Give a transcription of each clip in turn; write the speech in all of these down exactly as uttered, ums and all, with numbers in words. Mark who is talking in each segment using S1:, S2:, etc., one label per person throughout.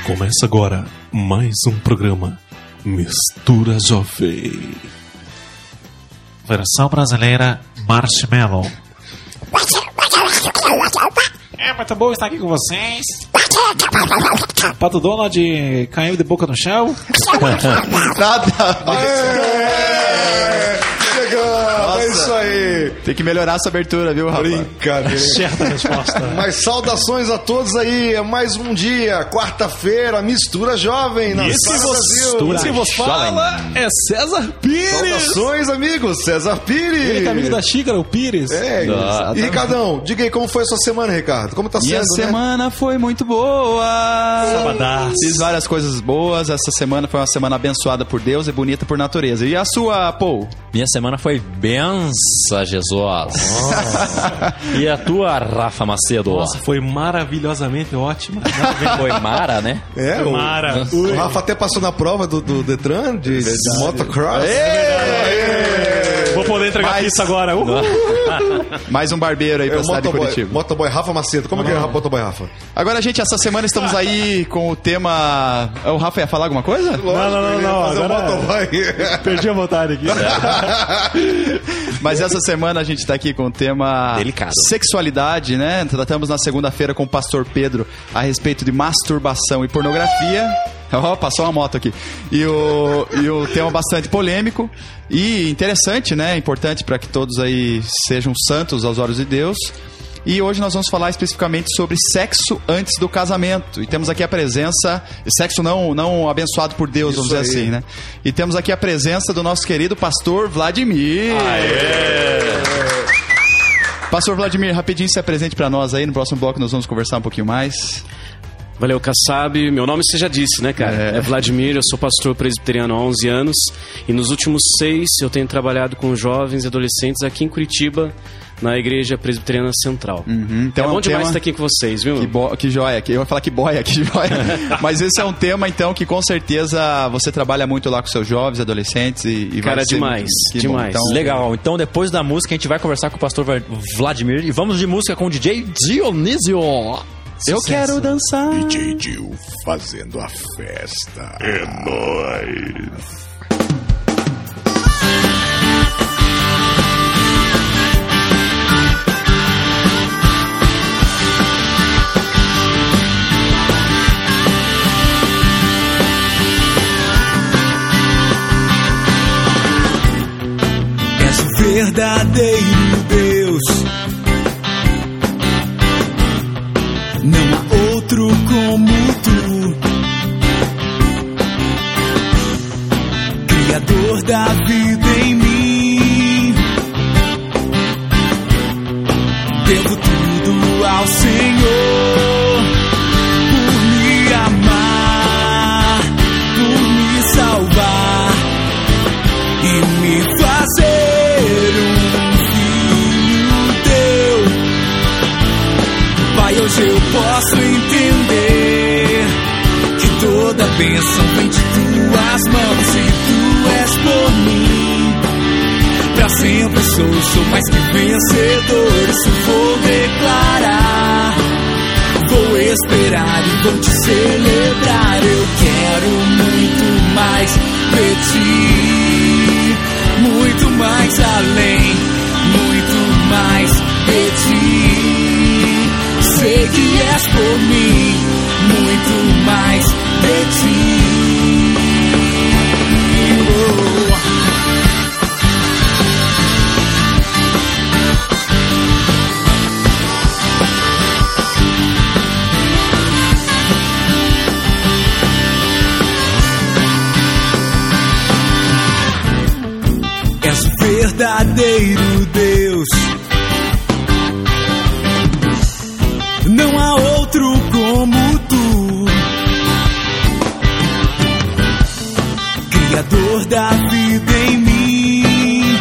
S1: Começa agora mais um programa Mistura Jovem.
S2: Versão brasileira Marshmallow. É muito bom estar aqui com vocês. Pato Donald caiu de boca no chão.
S3: Nada.
S4: Chegamos, é isso aí.
S3: Tem que melhorar essa abertura, viu, rapaz?
S4: Brincadeira.
S2: Certa resposta.
S4: Mas saudações a todos aí. É mais um dia, quarta-feira, Mistura Jovem na
S2: Esse
S4: Brasil.
S2: que vos fala é César Pires.
S4: Saudações, amigos. César Pires.
S2: Ele que é amigo da xícara, o Pires.
S4: É,
S3: Dá,
S4: e
S3: tá.
S4: Ricardão, diga aí como foi a sua semana, Ricardo. Como tá
S3: E
S4: sendo,
S3: a
S4: né?
S3: semana foi muito boa.
S2: Sabadaço.
S3: Fiz várias coisas boas. Essa semana foi uma semana abençoada por Deus e bonita por natureza. E a sua, Paul?
S5: Minha semana foi benção, Jesus. E a tua, Rafa Macedo?
S1: Nossa, foi maravilhosamente ótima.
S5: Foi Mara, né?
S4: É, o,
S1: Mara.
S4: o Rafa até passou na prova do, do Detran de, de motocross.
S1: Vou poder entregar
S3: Mas-
S1: pizza agora. Uhul.
S3: Mais um barbeiro aí
S4: É
S3: pra
S4: o
S3: cidade de
S4: motoboy,
S3: Curitiba.
S4: motoboy Rafa Macedo. Como é que é o motoboy Rafa?
S3: Agora, gente, essa semana estamos aí com o tema... O Rafa ia falar alguma coisa?
S4: Lógico,
S1: não, não,
S4: ele ia
S1: não,
S4: fazer o
S1: agora-
S4: motoboy.
S1: Perdi a vontade aqui.
S3: Mas essa semana a gente tá aqui com o tema
S5: Delicado.
S3: sexualidade, né? Tratamos na segunda-feira com o pastor Pedro a respeito de masturbação e pornografia. Ó, passou uma moto aqui. E o, e o tema bastante polêmico e interessante, né? Importante para que todos aí sejam santos aos olhos de Deus. E hoje nós vamos falar especificamente sobre sexo antes do casamento. E temos aqui a presença... Sexo não, não abençoado por Deus,
S4: Isso
S3: vamos dizer
S4: aí.
S3: assim, né? E temos aqui a presença do nosso querido pastor Vladimir. Pastor Vladimir, rapidinho se apresente para nós aí. No próximo bloco nós vamos conversar um pouquinho mais.
S6: Valeu, Kassab. Meu nome você já disse, né, cara?
S3: É.
S6: É, Vladimir, eu sou pastor presbiteriano há onze anos. E nos últimos seis eu tenho trabalhado com jovens e adolescentes aqui em Curitiba, na Igreja Presbiteriana Central.
S3: Uhum, então
S6: é
S3: é
S6: bom
S3: um
S6: demais
S3: tema-
S6: estar aqui com vocês, viu?
S3: Que, bo... que joia, que eu ia falar que boia, que joia. Mas esse é um tema, então, que com certeza você trabalha muito lá com seus jovens, adolescentes e, e
S6: Cara,
S3: vai ser
S6: demais,
S3: muito- que
S6: demais.
S3: Bom. Então,
S5: Legal, então depois da música a gente vai conversar com o pastor Vladimir e vamos de música com o D J Dionísio. Eu quero dançar.
S7: D J Gil fazendo a festa. É nóis.
S8: És o verdadeiro Deus. Não há outro como tu, Criador da vida em mim. Devo tudo ao Senhor por me amar, por me salvar e me fazer um filho teu. Pai, hoje eu posso entender que toda bênção vem de tuas mãos e tu és por mim. Pra sempre sou, sou mais que vencedor, isso vou declarar. Vou esperar e vou te celebrar. Eu quero muito mais de ti, muito mais além, muito mais de ti. Sei que és por mim, muito mais de ti. Oh. És o verdadeiro Deus. Não há outro como tu, Criador da vida em mim.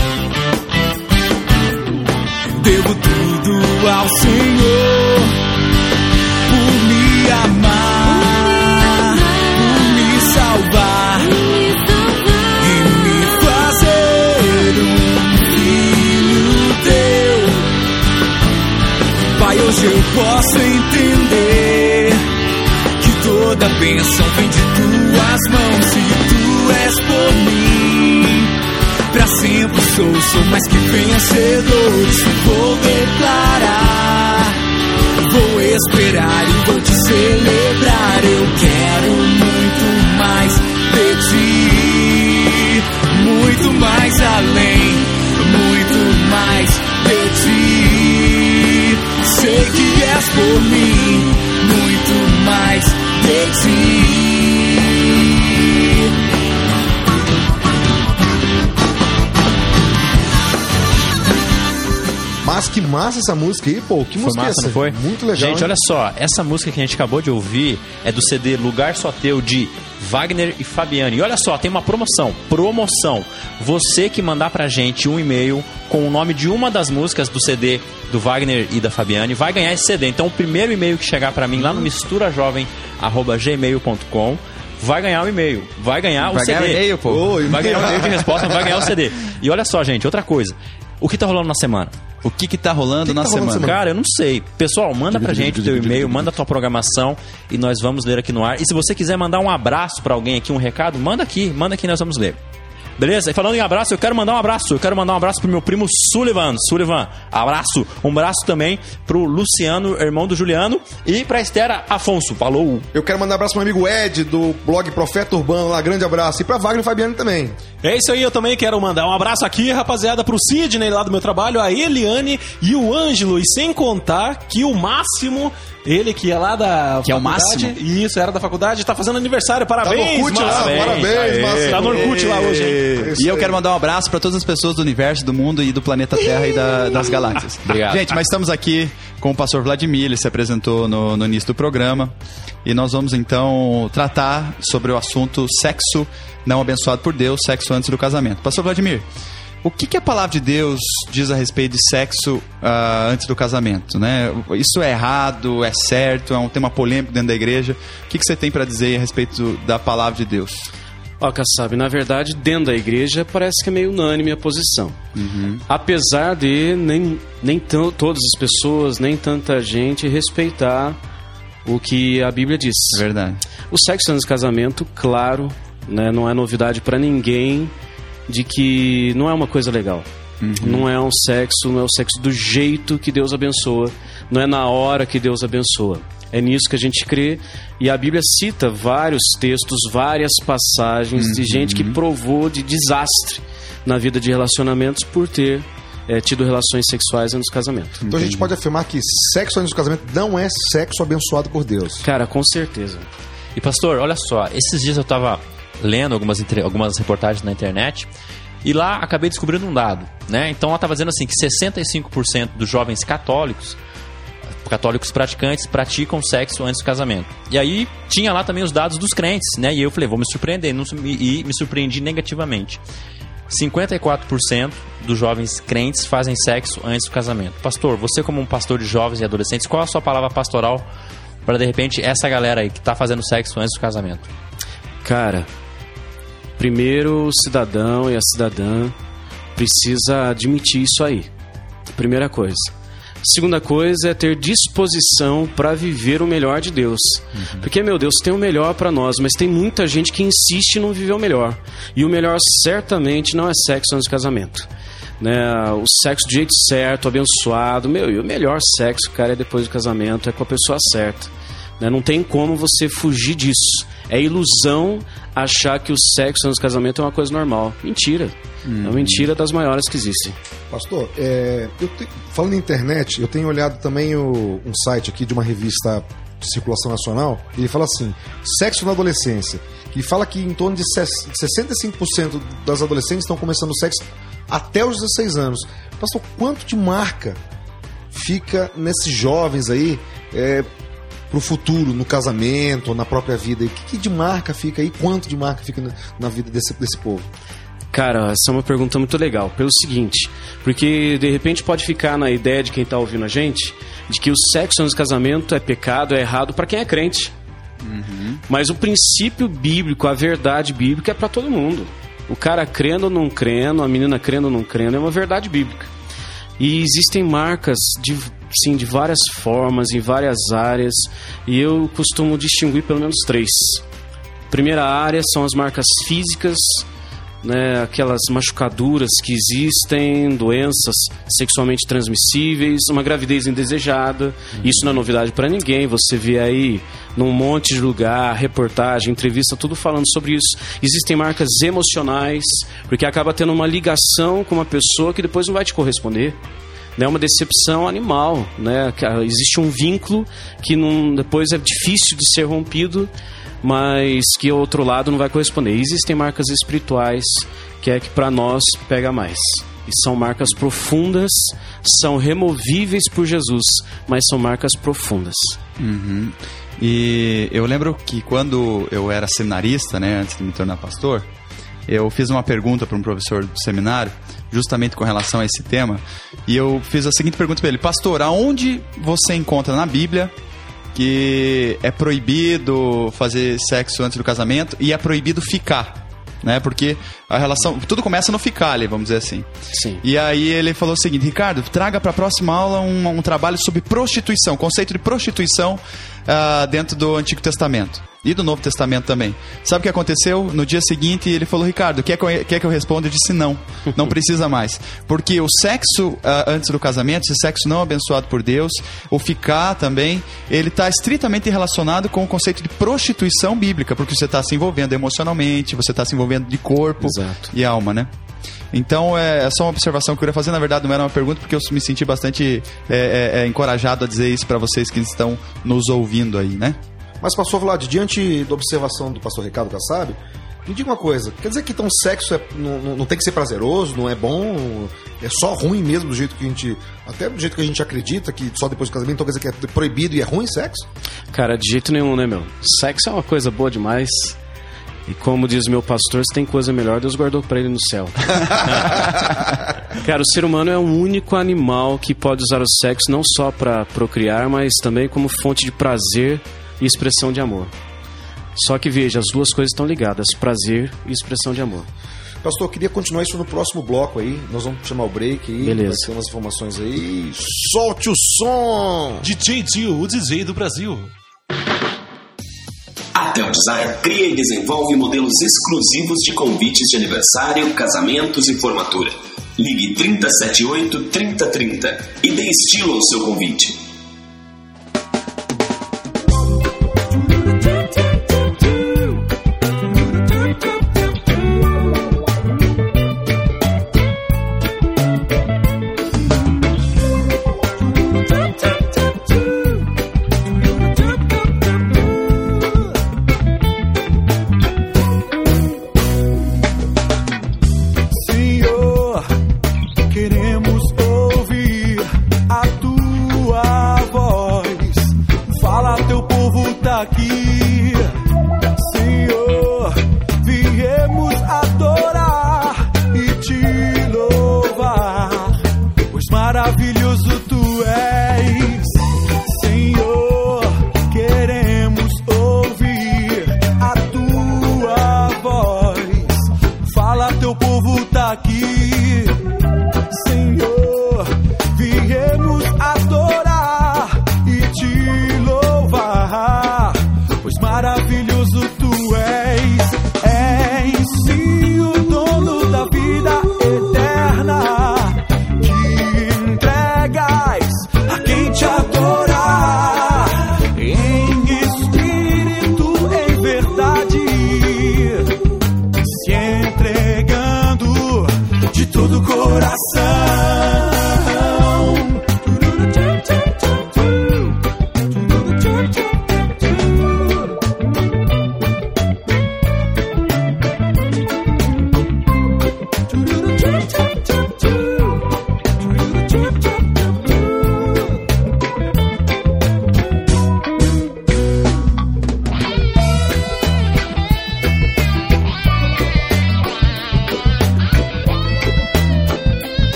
S8: Devo tudo ao Senhor por me amar, por me salvar e me fazer um filho teu. Pai, hoje eu posso entender que toda bênção vem de tuas mãos. E tu és por mim, pra sempre sou, sou mais que vencedor. Isso vou declarar, vou esperar e vou te celebrar. Eu quero muito mais de ti, muito mais além, muito mais de ti. Sei que és por mim, muito mais de ti.
S4: Mas que massa essa música aí, pô. Que
S5: Foi
S4: música
S5: massa,
S4: é essa?
S5: não foi?
S4: Muito legal.
S5: Gente,
S4: hein?
S5: olha só, essa música que a gente acabou de ouvir é do C D Lugar Só Teu, de Wagner e Fabiane. E olha só, tem uma promoção. Promoção. Você que mandar pra gente um e-mail com o nome de uma das músicas do C D do Wagner e da Fabiane vai ganhar esse C D. Então o primeiro e-mail que chegar pra mim lá no mistura jovem arroba gmail ponto com vai ganhar o e-mail. Vai ganhar
S3: Vai
S5: o C D.
S3: ganhar o e-mail, pô.
S4: Ô,
S5: Vai ganhar o e-mail de resposta, vai ganhar o C D. E olha só, gente, outra coisa. O que tá rolando na semana?
S3: O que que tá rolando
S4: que
S3: na
S4: tá rolando
S3: semana?
S4: semana?
S5: Cara, eu não sei. Pessoal, manda pra gente o teu e-mail, manda a tua programação e nós vamos ler aqui no ar. E se você quiser mandar um abraço pra alguém aqui, um recado, manda aqui, manda aqui, nós vamos ler. Beleza? E falando em abraço, eu quero mandar um abraço. Eu quero mandar um abraço pro meu primo Sullivan. Sullivan, abraço. Um abraço também pro Luciano, irmão do Juliano. E pra Esther Afonso. Falou!
S4: Eu quero mandar um abraço pro meu amigo Ed, do blog Profeta Urbano, lá, grande abraço. E pra Wagner e Fabiane também.
S1: É isso aí, eu também quero mandar um abraço aqui, rapaziada, pro Sidney lá do meu trabalho, a Eliane e o Ângelo. E sem contar que o Máximo, ele que é lá da
S3: Que é o
S1: faculdade,
S3: Máximo?
S1: Isso, era da faculdade, tá fazendo aniversário.
S4: Tá no
S1: Parabéns,
S4: Orkut lá,
S1: Máximo.
S4: parabéns, Máximo.
S1: Tá no Orkut lá hoje, hein?
S4: Isso
S3: E eu
S4: aí.
S3: quero mandar um abraço para todas as pessoas do universo, do mundo e do planeta Terra e da- das galáxias.
S5: Obrigado.
S3: Gente, mas estamos aqui com o pastor Vladimir, ele se apresentou no, no início do programa. E nós vamos então tratar sobre o assunto sexo não abençoado por Deus, sexo antes do casamento. Pastor Vladimir, o que, que a palavra de Deus diz a respeito de sexo ah, antes do casamento, né? Isso é errado, é certo, é um tema polêmico dentro da igreja. O que, que você tem para dizer a respeito da palavra de Deus?
S6: Ó, Kassab, na verdade, dentro da igreja parece que é meio unânime a posição. Apesar de nem, nem tão, todas as pessoas, nem tanta gente respeitar o que a Bíblia diz.
S3: É verdade.
S6: O sexo antes do casamento, claro, né, não é novidade pra ninguém de que não é uma coisa legal. Não é um sexo, não é o sexo do jeito que Deus abençoa, não é na hora que Deus abençoa. É nisso que a gente crê, e a Bíblia cita vários textos, várias passagens de gente que provou de desastre na vida de relacionamentos por ter é, tido relações sexuais antes do casamento.
S4: Então a gente pode afirmar que sexo antes do casamento não é sexo abençoado por Deus.
S6: Cara, com certeza.
S5: E pastor, olha só, esses dias eu tava lendo algumas, entre- algumas reportagens na internet e lá acabei descobrindo um dado, né? Então ela tava dizendo assim que sessenta e cinco por cento dos jovens católicos, católicos praticantes, praticam sexo antes do casamento. E aí tinha lá também os dados dos crentes, né? E eu falei, vou me surpreender, não, e me surpreendi negativamente. cinquenta e quatro por cento dos jovens crentes fazem sexo antes do casamento. Pastor, você como um pastor de jovens e adolescentes, qual a sua palavra pastoral para de repente essa galera aí que tá fazendo sexo antes do casamento?
S6: Cara, primeiro o cidadão e a cidadã precisa admitir isso aí. Primeira coisa. Segunda coisa é ter disposição para viver o melhor de Deus. Porque, meu Deus, tem o melhor para nós, mas tem muita gente que insiste em não viver o melhor. E o melhor certamente não é sexo antes do casamento. Né? O sexo do jeito certo, abençoado. Meu, e o melhor sexo, cara, é depois do casamento, é com a pessoa certa. Né? Não tem como você fugir disso. É ilusão achar que o sexo antes do casamento é uma coisa normal. Mentira. É uma mentira das maiores que existem.
S4: Pastor, é, eu te- falando em internet, eu tenho olhado também o- um site aqui de uma revista de circulação nacional. E ele fala assim: sexo na adolescência. E fala que em torno de ses- sessenta e cinco por cento das adolescentes estão começando o sexo até os dezesseis anos. Pastor, quanto de marca fica nesses jovens aí é, pro futuro, no casamento, na própria vida? E o que, que de marca fica aí? Quanto de marca fica na, na vida desse, desse povo?
S6: Cara, essa é uma pergunta muito legal. Pelo seguinte, porque de repente pode ficar na ideia de quem tá ouvindo a gente de que o sexo antes do casamento é pecado, é errado para quem é crente. Mas o princípio bíblico, a verdade bíblica é para todo mundo. O cara crendo ou não crendo, a menina crendo ou não crendo, é uma verdade bíblica. E existem marcas de sim, de várias formas, em várias áreas, e eu costumo distinguir pelo menos três. Primeira área são as marcas físicas, né, aquelas machucaduras que existem, doenças sexualmente transmissíveis, uma gravidez indesejada. Isso não é novidade para ninguém. Você vê aí num monte de lugar, reportagem, entrevista, tudo falando sobre isso. Existem marcas emocionais, porque acaba tendo uma ligação com uma pessoa que depois não vai te corresponder. É uma decepção animal, né? Existe um vínculo que não, depois é difícil de ser rompido, mas que o outro lado não vai corresponder. Existem marcas espirituais que é que para nós pega mais. E são marcas profundas, são removíveis por Jesus, mas são marcas profundas.
S3: Uhum. E eu lembro que quando eu era seminarista, né, antes de me tornar pastor, eu fiz uma pergunta para um professor do seminário, justamente com relação a esse tema, e eu fiz a seguinte pergunta para ele: pastor, aonde você encontra na Bíblia que é proibido fazer sexo antes do casamento e é proibido ficar, né? Porque a relação, tudo começa no ficar ali, vamos dizer assim.
S6: Sim.
S3: E aí ele falou o seguinte: Ricardo, traga para a próxima aula um, um trabalho sobre prostituição, conceito de prostituição uh, dentro do Antigo Testamento e do Novo Testamento também. Sabe o que aconteceu? No dia seguinte ele falou: Ricardo, quer que eu, quer que eu responda? Eu disse não, não precisa mais. Porque o sexo uh, antes do casamento, esse sexo não abençoado por Deus, o ficar também, ele está estritamente relacionado com o conceito de prostituição bíblica, porque você está se envolvendo emocionalmente, você está se envolvendo de corpo.
S6: Exato.
S3: E alma, né? Então é só uma observação que eu queria fazer. Na verdade não era uma pergunta, porque eu me senti bastante é, é, é, encorajado a dizer isso para vocês que estão nos ouvindo aí, né?
S4: Mas, pastor Vlad, diante da observação do pastor Ricardo Kassab, me diga uma coisa: quer dizer que então sexo é, não, não tem que ser prazeroso, não é bom, é só ruim mesmo do jeito que a gente, até do jeito que a gente acredita, que só depois do casamento, então quer dizer que é proibido e é ruim sexo?
S6: Cara, de jeito nenhum, né, meu? Sexo é uma coisa boa demais. E como diz meu pastor, se tem coisa melhor, Deus guardou pra ele no céu. Cara, o ser humano é o único animal que pode usar o sexo não só pra procriar, mas também como fonte de prazer e expressão de amor. Só que veja, as duas coisas estão ligadas: prazer e expressão de amor.
S4: Pastor, eu queria continuar isso no próximo bloco aí. Nós vamos chamar o break aí.
S6: Beleza.
S4: Vai ter umas informações aí. Solte o som!
S1: D J Dio, o D J do Brasil.
S9: A Tel Design cria e desenvolve modelos exclusivos de convites de aniversário, casamentos e formatura. Ligue trinta e setenta e oito, trinta trinta e dê estilo ao seu convite.
S8: Senhor, queremos ouvir a tua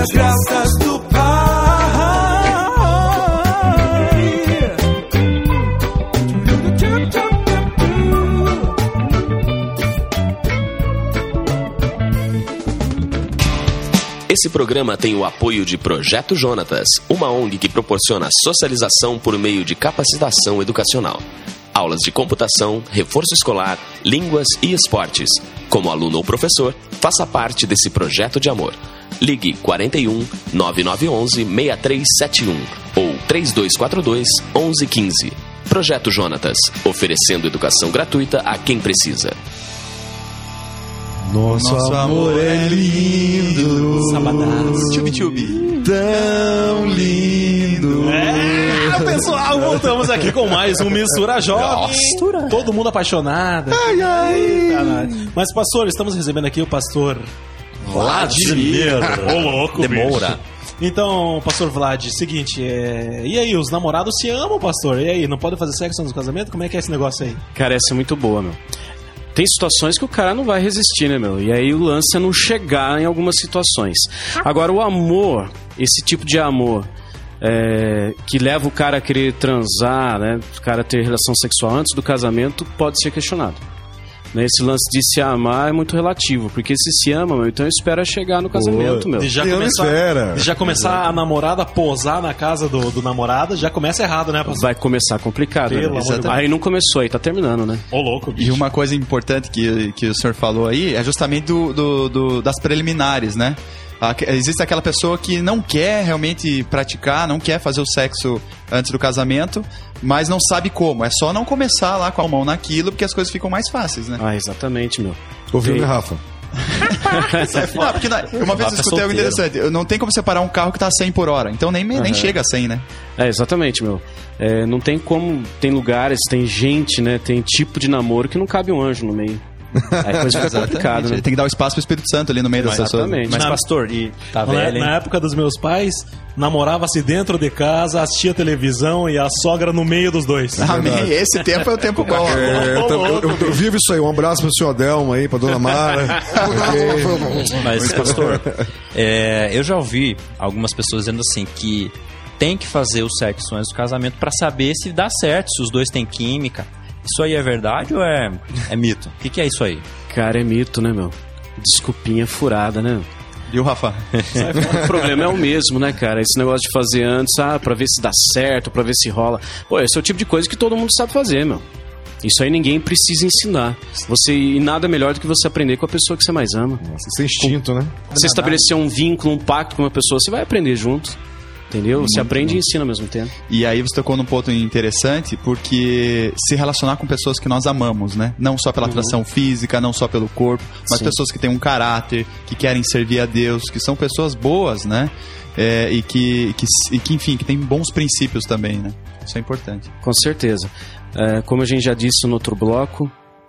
S8: das graças do Pai.
S9: Esse programa tem o apoio de Projeto Jonatas, uma O N G que proporciona socialização por meio de capacitação educacional. Aulas de computação, reforço escolar, línguas e esportes. Como aluno ou professor, faça parte desse projeto de amor. Ligue quarenta e um, nove nove um um, seis três sete um ou três dois quatro dois, onze quinze. Projeto Jonatas, oferecendo educação gratuita a quem precisa.
S4: Nosso,
S3: Nosso amor é lindo.
S1: Sabadaço.
S3: Tchubi-tchubi. Tão lindo.
S1: É, pessoal, voltamos aqui com mais um Mistura Jovem.
S5: Mistura.
S1: Todo mundo apaixonado.
S3: Ai, ai.
S1: Eita, nós. Mas, pastor, estamos recebendo aqui o pastor Vladimir. Ô, louco,
S5: Demora.
S1: Então, pastor Vlad, seguinte, é... e aí, os namorados se amam, pastor? E aí, não podem fazer sexo no casamento? Como é que é esse negócio aí?
S6: Cara, essa é muito boa, meu. Tem situações que o cara não vai resistir, né, meu? E aí o lance é não chegar em algumas situações. Agora, o amor, esse tipo de amor é, que leva o cara a querer transar, né? O cara ter relação sexual antes do casamento, pode ser questionado. Né? Esse lance de se amar é muito relativo, porque se se ama, meu, então espera chegar no casamento, meu.
S1: De já
S4: Eu
S1: começar,
S4: espera.
S1: de já começar a namorada posar na casa do, do namorado, já começa errado, né, pastor?
S6: Vai começar complicado,
S1: Pelo
S6: né?
S1: amor de Deus.
S6: Aí não começou, aí tá terminando, né?
S1: Ô, louco, bicho.
S3: E uma coisa importante que, que o senhor falou aí é justamente do, do, do- das preliminares, né? A- Existe aquela pessoa que não quer realmente praticar, não quer fazer o sexo antes do casamento, mas não sabe como. É só não começar lá com a mão naquilo, porque as coisas ficam mais fáceis, né?
S6: Ah, exatamente, meu.
S4: Ouviu,
S6: Tem-
S4: né, Rafa?
S3: Não, porque na- uma vez eu
S5: Rafa é
S3: escutei algo
S5: solteiro.
S3: interessante. Não tem como separar um carro que tá a cem por hora. Então nem, nem chega a cem, né?
S6: É, exatamente, meu. É, não tem como. Tem lugares, tem gente, né? Tem tipo de namoro que não cabe um anjo no meio. Aí a coisa fica complicada, né?
S3: Tem que dar o espaço pro Espírito Santo ali no meio das pessoas.
S6: Exatamente.
S5: Mas,
S1: Na-
S5: pastor, e tá
S1: Na,
S5: velho, hein?
S1: na época dos meus pais, namorava-se dentro de casa, assistia televisão e a sogra no meio dos dois.
S3: Amém. Esse tempo é o tempo bom.
S4: É, eu, tam- eu- eu- eu vivo isso aí. Um abraço pro senhor Adelmo aí, pra dona Mara. Ok.
S5: Mas, pastor, é, eu já ouvi algumas pessoas dizendo assim que tem que fazer o sexo antes do casamento pra saber se dá certo, se os dois têm química. Isso aí é verdade ou é, é mito? O que, que é isso aí?
S6: Cara, é mito, né, meu? Desculpinha furada, né?
S3: E o Rafa?
S6: O problema é o mesmo, né, cara? Esse negócio de fazer antes, ah, pra ver se dá certo, pra ver se rola. Pô, esse é o tipo de coisa que todo mundo sabe fazer, meu. Isso aí ninguém precisa ensinar. Você, e nada melhor do que você aprender com a pessoa que você mais ama.
S4: Isso é instinto, né?
S6: Você estabelecer um vínculo, um pacto com uma pessoa, você vai aprender junto. Entendeu? Você aprende e ensina ao mesmo tempo.
S3: E aí você tocou num ponto interessante, porque se relacionar com pessoas que nós amamos, né? Não só pela atração física, não só pelo corpo, mas
S6: Sim.
S3: pessoas que têm um caráter, que querem servir a Deus, que são pessoas boas, né? É, e, que, que, e que, enfim, que têm bons princípios também, né? Isso é importante.
S6: Com certeza. É, como a gente já disse no outro bloco,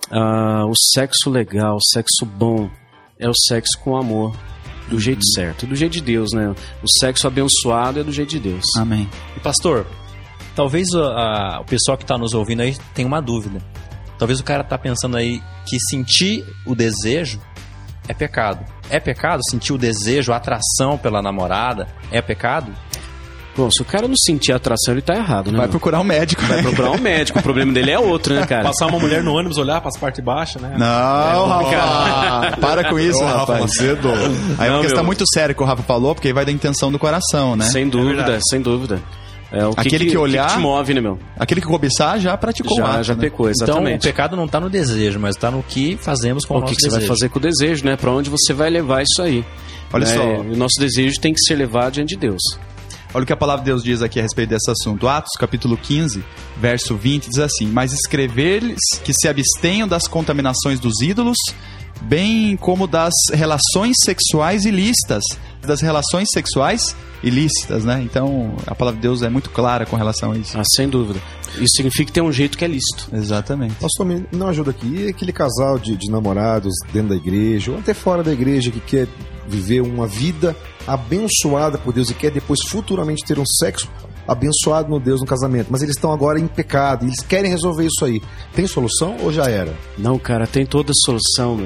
S6: ah, o sexo legal, o sexo bom, é o sexo com amor. Do jeito certo, do jeito de Deus, né? O sexo abençoado é do jeito de Deus.
S3: Amém.
S5: E pastor, talvez o, a- o pessoal que está nos ouvindo aí tenha uma dúvida. Talvez o cara tá pensando aí que sentir o desejo é pecado. É pecado sentir o desejo, a atração pela namorada? É pecado?
S6: Bom, se o cara não sentir atração, ele tá errado, né?
S3: Vai
S6: meu?
S3: procurar um médico,
S6: Vai
S3: né?
S6: procurar um médico. O problema dele é outro, né, cara?
S1: Passar uma mulher no ônibus, olhar pras partes baixas, né?
S3: Não, Rafa! Para com isso,
S4: Ô, Rafa
S3: rapaz.
S4: Macedo.
S3: Aí é
S6: Não,
S3: uma questão
S6: meu.
S3: muito séria que o Rafa falou, porque aí vai da intenção do coração, né?
S6: Sem dúvida, sem dúvida. É, o que
S3: Aquele que olhar-
S6: O que te move, né, meu?
S3: Aquele que cobiçar já praticou o
S6: Já,
S3: ato,
S6: já
S3: né?
S6: pecou,
S5: Então
S6: exatamente.
S5: o pecado não está no desejo, mas está no que fazemos com o,
S6: O
S5: nosso
S6: que, que você vai
S5: desejo.
S6: fazer com o desejo, né? Pra onde você vai levar isso aí.
S3: Olha
S6: Né?
S3: só.
S6: O nosso desejo tem que ser levado diante de Deus.
S3: Olha o que a palavra de Deus diz aqui a respeito desse assunto. Atos, capítulo quinze, verso vinte, diz assim: Mas escrever-lhes que se abstenham das contaminações dos ídolos, bem como das relações sexuais ilícitas. Das relações sexuais ilícitas, né? Então, a palavra de Deus é muito clara com relação a isso.
S6: Ah, sem dúvida. Isso significa que tem um jeito que é lícito.
S3: Exatamente.
S4: Pastor, me não ajuda aqui. E aquele casal de, de namorados dentro da igreja, ou até fora da igreja, que quer viver uma vida abençoada por Deus e quer depois futuramente ter um sexo abençoado no Deus no casamento, mas eles estão agora em pecado e eles querem resolver isso aí. Tem solução ou já era?
S6: Não, cara, tem toda a solução, meu.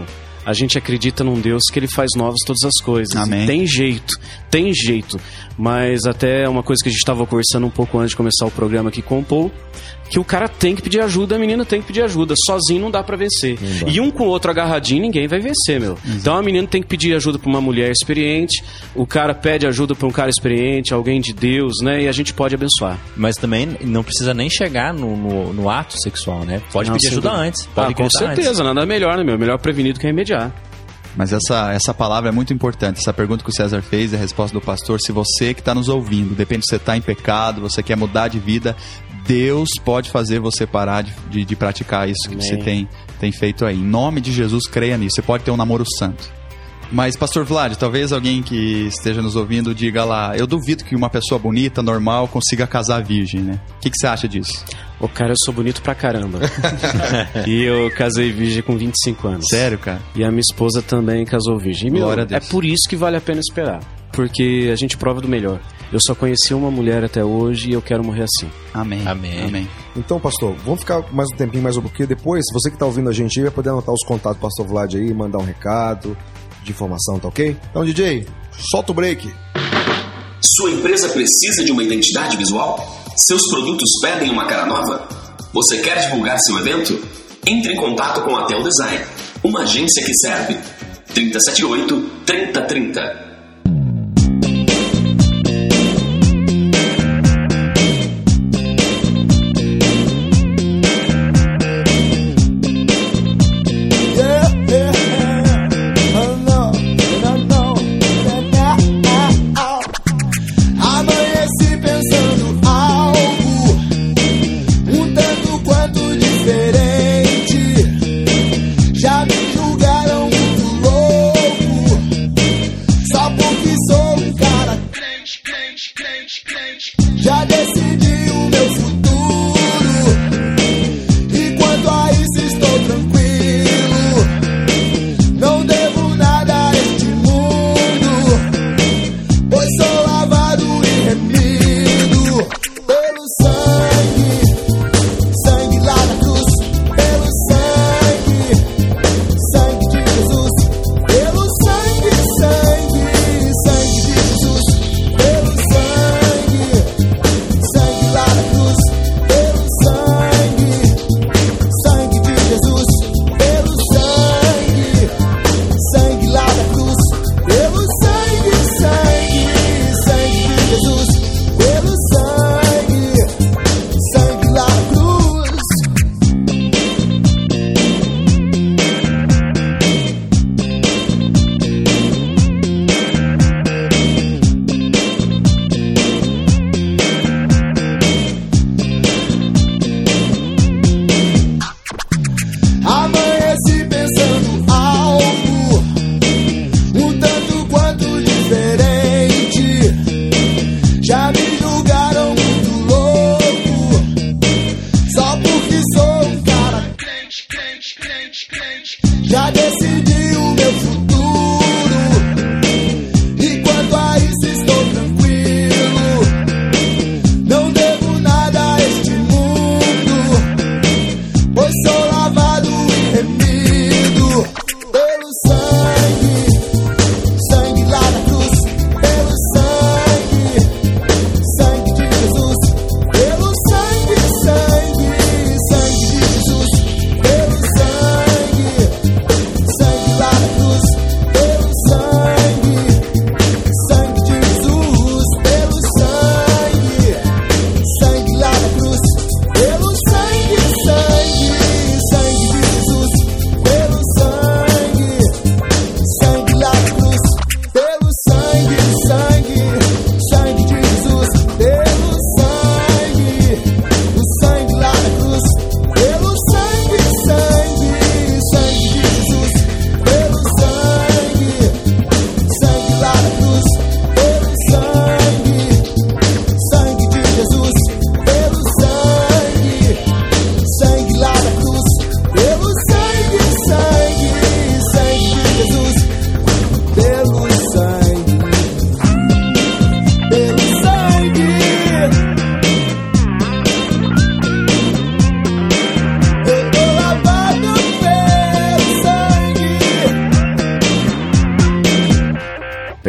S6: A gente acredita num Deus que ele faz novas todas as coisas.
S3: Amém.
S6: E tem jeito, tem jeito. Mas até uma coisa que a gente estava conversando um pouco antes de começar o programa aqui com o Paul, que o cara tem que pedir ajuda, a menina tem que pedir ajuda. Sozinho não dá pra vencer. E um com o outro agarradinho, ninguém vai vencer, meu. Uhum. Então a menina tem que pedir ajuda pra uma mulher experiente, o cara pede ajuda pra um cara experiente, alguém de Deus, né? E a gente pode abençoar.
S5: Mas também não precisa nem chegar no, no, no ato sexual, né? Pode
S6: Não,
S5: pedir ajuda
S6: dúvida.
S5: antes. Pode
S6: Ah, com certeza,
S5: antes.
S6: nada melhor, né, meu? Melhor prevenido que remediar.
S3: Mas essa, essa palavra é muito importante. Essa pergunta que o César fez, a resposta do pastor, se você que está nos ouvindo, depende se você está em pecado, você quer mudar de vida, Deus pode fazer você parar de, de, de praticar isso que
S6: Amém.
S3: você tem, tem feito aí. Em nome de Jesus, creia nisso. Você pode ter um namoro santo. Mas, pastor Vlad, talvez alguém que esteja nos ouvindo diga lá, eu duvido que uma pessoa bonita, normal, consiga casar virgem, né? O que, que você acha disso?
S6: Ô, cara, eu sou bonito pra caramba. E eu casei virgem com vinte e cinco anos.
S3: Sério, cara?
S6: E a minha esposa também casou virgem. E, meu,
S3: Glória a
S6: é
S3: Deus.
S6: por isso que vale a pena esperar. Porque a gente prova do melhor. Eu só conheci uma mulher até hoje e eu quero morrer assim.
S3: Amém.
S5: Amém.
S3: Amém.
S4: Então, pastor, vamos ficar mais um tempinho, mais um pouquinho. Depois, você que tá ouvindo a gente aí, vai poder anotar os contatos do pastor Vlad aí, mandar um recado de informação, tá ok? Então, D J, solta o break.
S9: Sua empresa precisa de uma identidade visual? Seus produtos pedem uma cara nova? Você quer divulgar seu evento? Entre em contato com a Tel Design, uma agência que serve. trinta e sete oito, trinta trinta.
S8: Amanheci pensando algo um tanto quanto diferente. Já me julgaram muito louco, só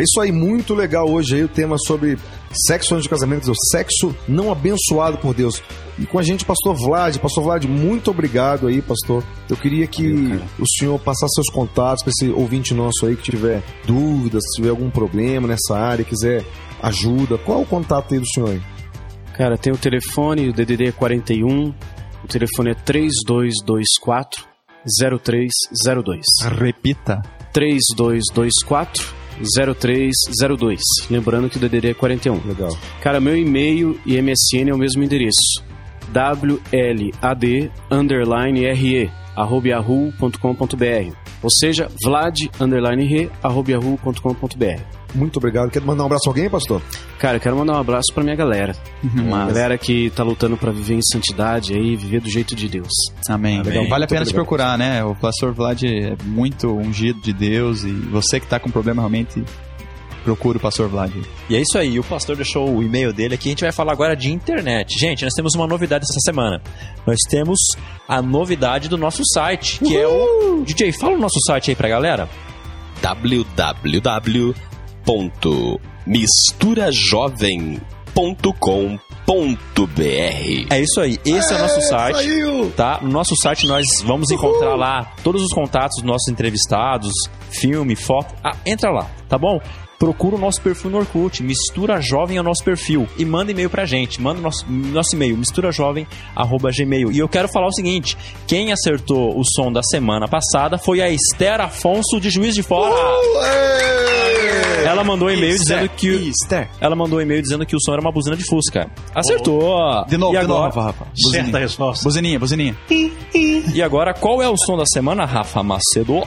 S4: isso aí, muito legal hoje aí o tema sobre sexo antes de casamento, o sexo não abençoado por Deus. E com a gente, pastor Vlad. Pastor Vlad, muito obrigado aí, pastor. Eu queria que Meu, o senhor passasse seus contatos para esse ouvinte nosso aí que tiver dúvidas, se tiver algum problema nessa área, quiser ajuda. Qual é o contato aí do senhor aí?
S6: Cara, tem o telefone, o D D D é quarenta e um, o telefone é três dois dois quatro, zero três zero dois.
S3: Repita.
S6: três dois dois quatro, zero três zero dois. Lembrando que o D D D é quarenta e um.
S4: Legal.
S6: Cara, meu e-mail e M S N é o mesmo endereço. W L A D underline R E arroba yahoo ponto com ponto b r. Ou seja, Vlad underline R E arroba yahoo ponto com ponto b r.
S4: Muito obrigado. Quer mandar um abraço a alguém, pastor?
S6: Cara, eu quero mandar um abraço pra minha galera.
S3: Uhum.
S6: Uma galera que tá lutando pra viver em santidade aí, viver do jeito de Deus.
S3: Amém.
S1: Amém.
S3: Legal. Vale a pena
S4: Muito
S3: te procurar, né? O pastor Vlad é muito ungido de Deus e você que tá com problema realmente, procura o pastor Vlad.
S5: E é isso aí, o pastor deixou o e-mail dele aqui. A gente vai falar agora de internet. Gente, nós temos uma novidade essa semana. Nós temos a novidade do nosso site, que Uhul! é o... D J, fala o nosso site aí pra galera.
S9: w w w ponto mistura jovem ponto com ponto b r.
S5: É isso aí, esse é, é o nosso site.
S4: Saiu!
S5: Tá? No nosso site nós vamos Uhul! encontrar lá todos os contatos dos nossos entrevistados, filme, foto. Ah, entra lá, tá bom? Procura o nosso perfil no Orkut, Mistura Jovem é o nosso perfil, e manda e-mail pra gente, manda o nosso, nosso e-mail, misturajovem arroba gmail. E eu quero falar o seguinte, quem acertou o som da semana passada foi a Esther Afonso de Juiz de Fora. Uh, ela mandou um e-mail
S3: Esther,
S5: dizendo que
S3: Esther.
S5: ela mandou um e-mail dizendo que o som era uma buzina de Fusca. Acertou.
S3: De novo,
S5: e
S3: de
S5: agora,
S3: novo, Rafa.
S2: Certa resposta.
S3: Buzininha, buzininha.
S5: E agora, qual é o som da semana, Rafa Macedo?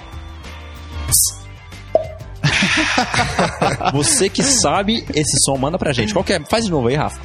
S5: Você que sabe esse som, manda pra gente. Qual que é? Faz de novo aí, Rafa.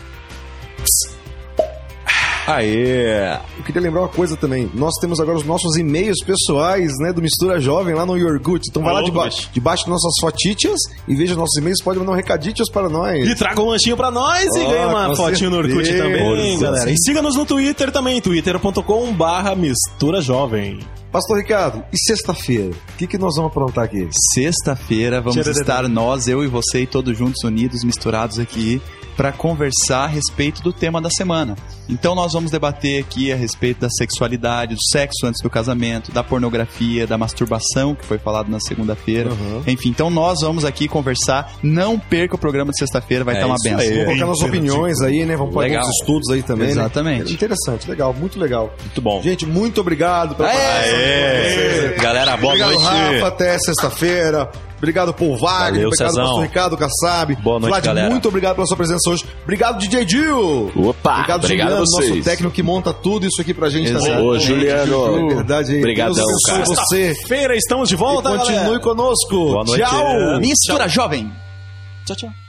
S5: Aê!
S4: Eu queria lembrar uma coisa também. Nós temos agora os nossos e-mails pessoais, né, do Mistura Jovem lá no Yorgut. Então vai lá debaixo, debaixo das nossas fotitas e veja nossos e-mails. Pode mandar um recaditos para nós.
S1: E traga um lanchinho pra nós e
S4: Oh,
S1: ganha uma
S4: com
S1: fotinho no Orkut
S4: certeza.
S1: também, galera. E siga-nos no Twitter também, twitter ponto com barra mistura jovem.
S4: Pastor Ricardo, e sexta-feira? O que, que nós vamos aprontar aqui?
S3: Sexta-feira vamos
S1: Tchau,
S3: estar nós, eu e você, e todos juntos, unidos, misturados aqui, para conversar a respeito do tema da semana. Então nós vamos debater aqui a respeito da sexualidade, do sexo antes do casamento, da pornografia, da masturbação, que foi falado na segunda-feira.
S4: Uhum.
S3: Enfim, então nós vamos aqui conversar. Não perca o programa de sexta-feira, vai
S5: É
S3: estar uma
S5: isso
S3: benção.
S5: aí.
S4: Vamos colocar nossas opiniões aí, né? Vamos pôr
S5: Legal.
S4: alguns estudos aí também,
S3: Exatamente.
S4: né? Interessante, legal, muito legal.
S5: Muito bom.
S4: Gente, muito obrigado pela participação.
S5: Aê! Galera, boa
S4: Obrigado,
S5: noite.
S4: Rafa, até sexta-feira. Obrigado, Paul Wagner.
S5: Valeu,
S4: obrigado,
S5: Cezão.
S4: pastor Ricardo Kassab.
S5: Boa noite,
S4: Vlad,
S5: galera.
S4: muito obrigado pela sua presença hoje. Obrigado, D J Gil.
S9: Opa,
S4: Obrigado,
S9: obrigado
S4: Juliano,
S9: a vocês.
S4: nosso técnico que monta tudo isso aqui pra gente também.
S9: Ô, Juliano.
S4: É verdade aí.
S9: Obrigadão,
S4: Deus abençoe
S9: cara.
S4: você.
S1: Feira, estamos de volta,
S4: E continue
S1: galera.
S4: conosco.
S5: Boa noite.
S4: Tchau.
S3: Mistura jovem.
S5: Tchau, tchau.